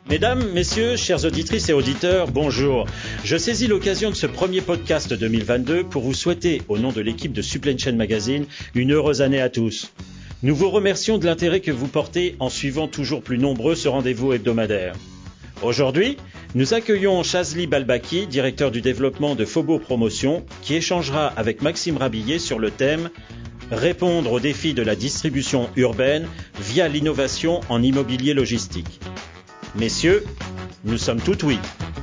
Mesdames, messieurs, chères auditrices et auditeurs, bonjour. Je saisis l'occasion de ce premier podcast 2022 pour vous souhaiter, au nom de l'équipe de Supply Chain Magazine, une heureuse année à tous. Nous vous remercions de l'intérêt que vous portez en suivant toujours plus nombreux ce rendez-vous hebdomadaire. Aujourd'hui, nous accueillons Chazli Balbaki, directeur du développement de Faubourg Promotion, qui échangera avec Maxime Rabillet sur le thème « Répondre aux défis de la distribution urbaine via l'innovation en immobilier logistique ». Messieurs, nous sommes tout oui.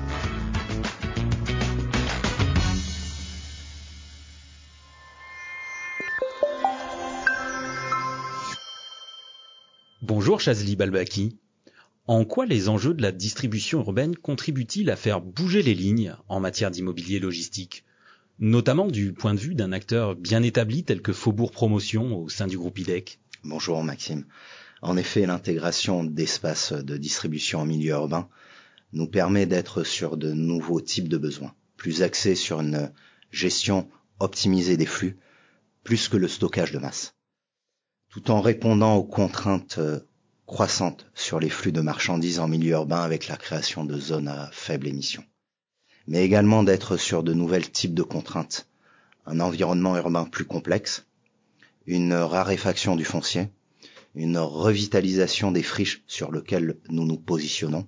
Bonjour Chazli Balbaki. En quoi les enjeux de la distribution urbaine contribuent-ils à faire bouger les lignes en matière d'immobilier logistique, notamment du point de vue d'un acteur bien établi tel que Faubourg Promotion au sein du groupe IDEC ? Bonjour Maxime. En effet, l'intégration d'espaces de distribution en milieu urbain nous permet d'être sur de nouveaux types de besoins, plus axés sur une gestion optimisée des flux, plus que le stockage de masse, tout en répondant aux contraintes croissantes sur les flux de marchandises en milieu urbain avec la création de zones à faible émission, mais également d'être sur de nouvelles types de contraintes, un environnement urbain plus complexe, une raréfaction du foncier, une revitalisation des friches sur lesquelles nous nous positionnons,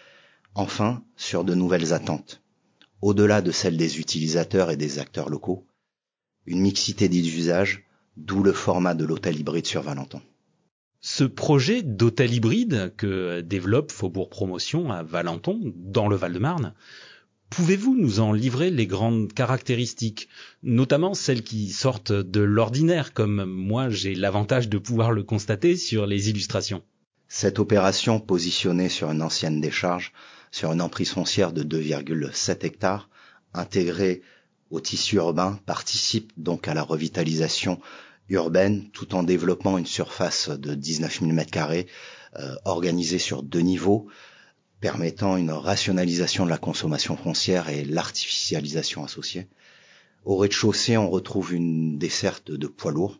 enfin sur de nouvelles attentes, au-delà de celles des utilisateurs et des acteurs locaux, une mixité des usages, d'où le format de l'hôtel hybride sur Valenton. Ce projet d'hôtel hybride que développe Faubourg Promotion à Valenton, dans le Val-de-Marne, pouvez-vous nous en livrer les grandes caractéristiques, notamment celles qui sortent de l'ordinaire, comme moi j'ai l'avantage de pouvoir le constater sur les illustrations ? Cette opération, positionnée sur une ancienne décharge, sur une emprise foncière de 2,7 hectares, intégrée au tissu urbain, participe donc à la revitalisation urbaine, tout en développant une surface de 19 000 m2, organisée sur 2 niveaux, permettant une rationalisation de la consommation foncière et l'artificialisation associée. Au rez-de-chaussée, on retrouve une desserte de poids lourds,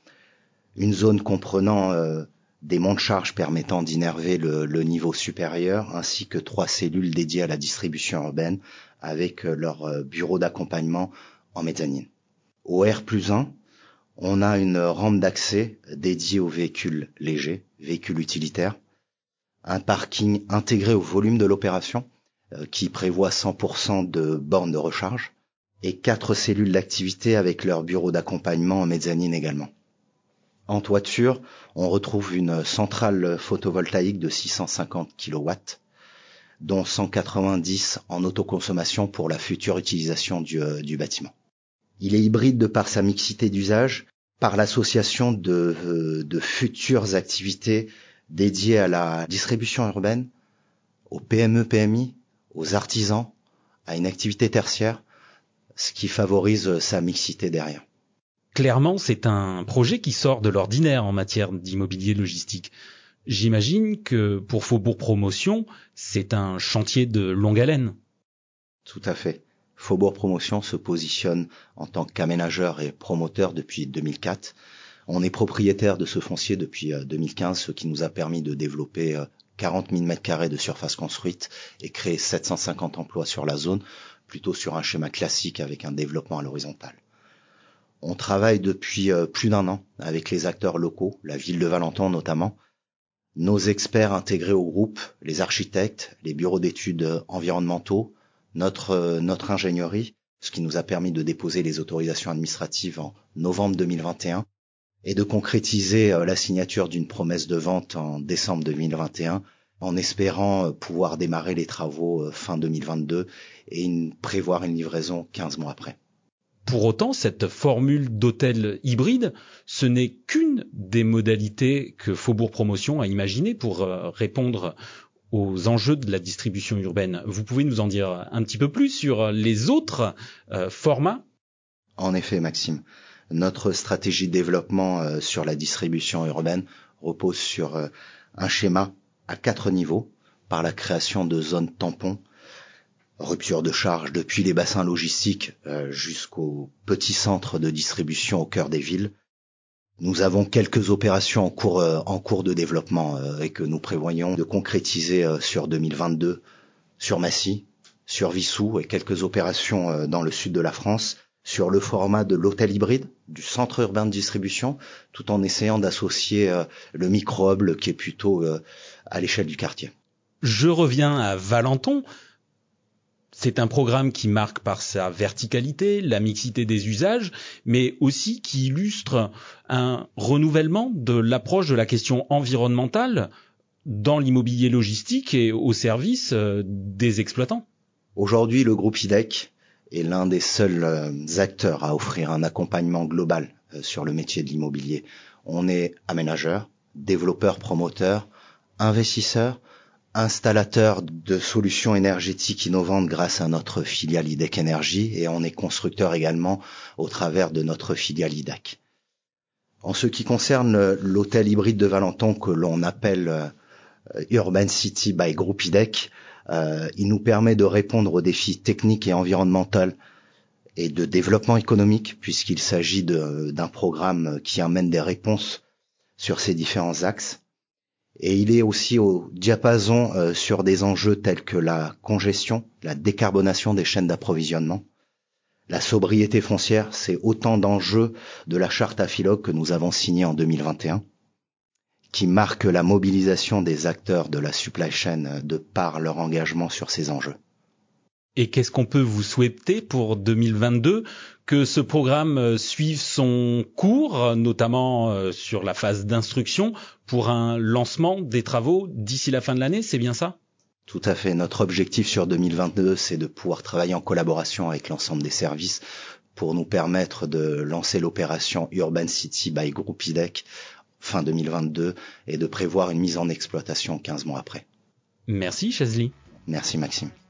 une zone comprenant des monts de charge permettant d'innerver le niveau supérieur, ainsi que 3 cellules dédiées à la distribution urbaine avec leur bureau d'accompagnement en mezzanine. Au R+1, on a une rampe d'accès dédiée aux véhicules légers, véhicules utilitaires, un parking intégré au volume de l'opération qui prévoit 100% de bornes de recharge et 4 cellules d'activité avec leur bureau d'accompagnement en mezzanine également. En toiture, on retrouve une centrale photovoltaïque de 650 kW, dont 190 en autoconsommation pour la future utilisation du bâtiment. Il est hybride de par sa mixité d'usage, par l'association de futures activités dédiées à la distribution urbaine, aux PME-PMI, aux artisans, à une activité tertiaire, ce qui favorise sa mixité derrière. Clairement, c'est un projet qui sort de l'ordinaire en matière d'immobilier logistique. J'imagine que pour Faubourg Promotion, c'est un chantier de longue haleine. Tout à fait. Faubourg Promotion se positionne en tant qu'aménageur et promoteur depuis 2004. On est propriétaire de ce foncier depuis 2015, ce qui nous a permis de développer 40 000 m2 de surface construite et créer 750 emplois sur la zone, plutôt sur un schéma classique avec un développement à l'horizontale. On travaille depuis plus d'1 an avec les acteurs locaux, la ville de Valenton notamment, nos experts intégrés au groupe, les architectes, les bureaux d'études environnementaux, notre ingénierie, ce qui nous a permis de déposer les autorisations administratives en novembre 2021 et de concrétiser la signature d'une promesse de vente en décembre 2021 en espérant pouvoir démarrer les travaux fin 2022 et prévoir une livraison 15 mois après. Pour autant, cette formule d'hôtel hybride, ce n'est qu'une des modalités que Faubourg Promotion a imaginées pour répondre aux enjeux de la distribution urbaine. Vous pouvez nous en dire un petit peu plus sur les autres formats ? En effet, Maxime, notre stratégie de développement sur la distribution urbaine repose sur un schéma à 4 niveaux par la création de zones tampons, rupture de charge depuis les bassins logistiques jusqu'aux petits centres de distribution au cœur des villes, Nous avons quelques opérations en cours de développement et que nous prévoyons de concrétiser sur 2022 sur Massy, sur Vissou et quelques opérations dans le sud de la France sur le format de l'hôtel hybride, du centre urbain de distribution, tout en essayant d'associer le micro-hub qui est plutôt à l'échelle du quartier. Je reviens à Valenton. C'est un programme qui marque par sa verticalité, la mixité des usages, mais aussi qui illustre un renouvellement de l'approche de la question environnementale dans l'immobilier logistique et au service des exploitants. Aujourd'hui, le groupe IDEC est l'un des seuls acteurs à offrir un accompagnement global sur le métier de l'immobilier. On est aménageur, développeur, promoteur, investisseur, installateur de solutions énergétiques innovantes grâce à notre filiale IDEC Énergie et on est constructeur également au travers de notre filiale IDEC. En ce qui concerne l'hôtel hybride de Valenton que l'on appelle Urban City by Groupe IDEC, il nous permet de répondre aux défis techniques et environnementaux et de développement économique puisqu'il s'agit d'un programme qui amène des réponses sur ces différents axes. Et il est aussi au diapason sur des enjeux tels que la congestion, la décarbonation des chaînes d'approvisionnement. La sobriété foncière, c'est autant d'enjeux de la charte AFILOG que nous avons signée en 2021, qui marque la mobilisation des acteurs de la supply chain de par leur engagement sur ces enjeux. Et qu'est-ce qu'on peut vous souhaiter pour 2022 ? Que ce programme suive son cours, notamment sur la phase d'instruction, pour un lancement des travaux d'ici la fin de l'année, c'est bien ça ? Tout à fait. Notre objectif sur 2022, c'est de pouvoir travailler en collaboration avec l'ensemble des services pour nous permettre de lancer l'opération Urban City by Groupe IDEC fin 2022 et de prévoir une mise en exploitation 15 mois après. Merci Chazli. Merci Maxime.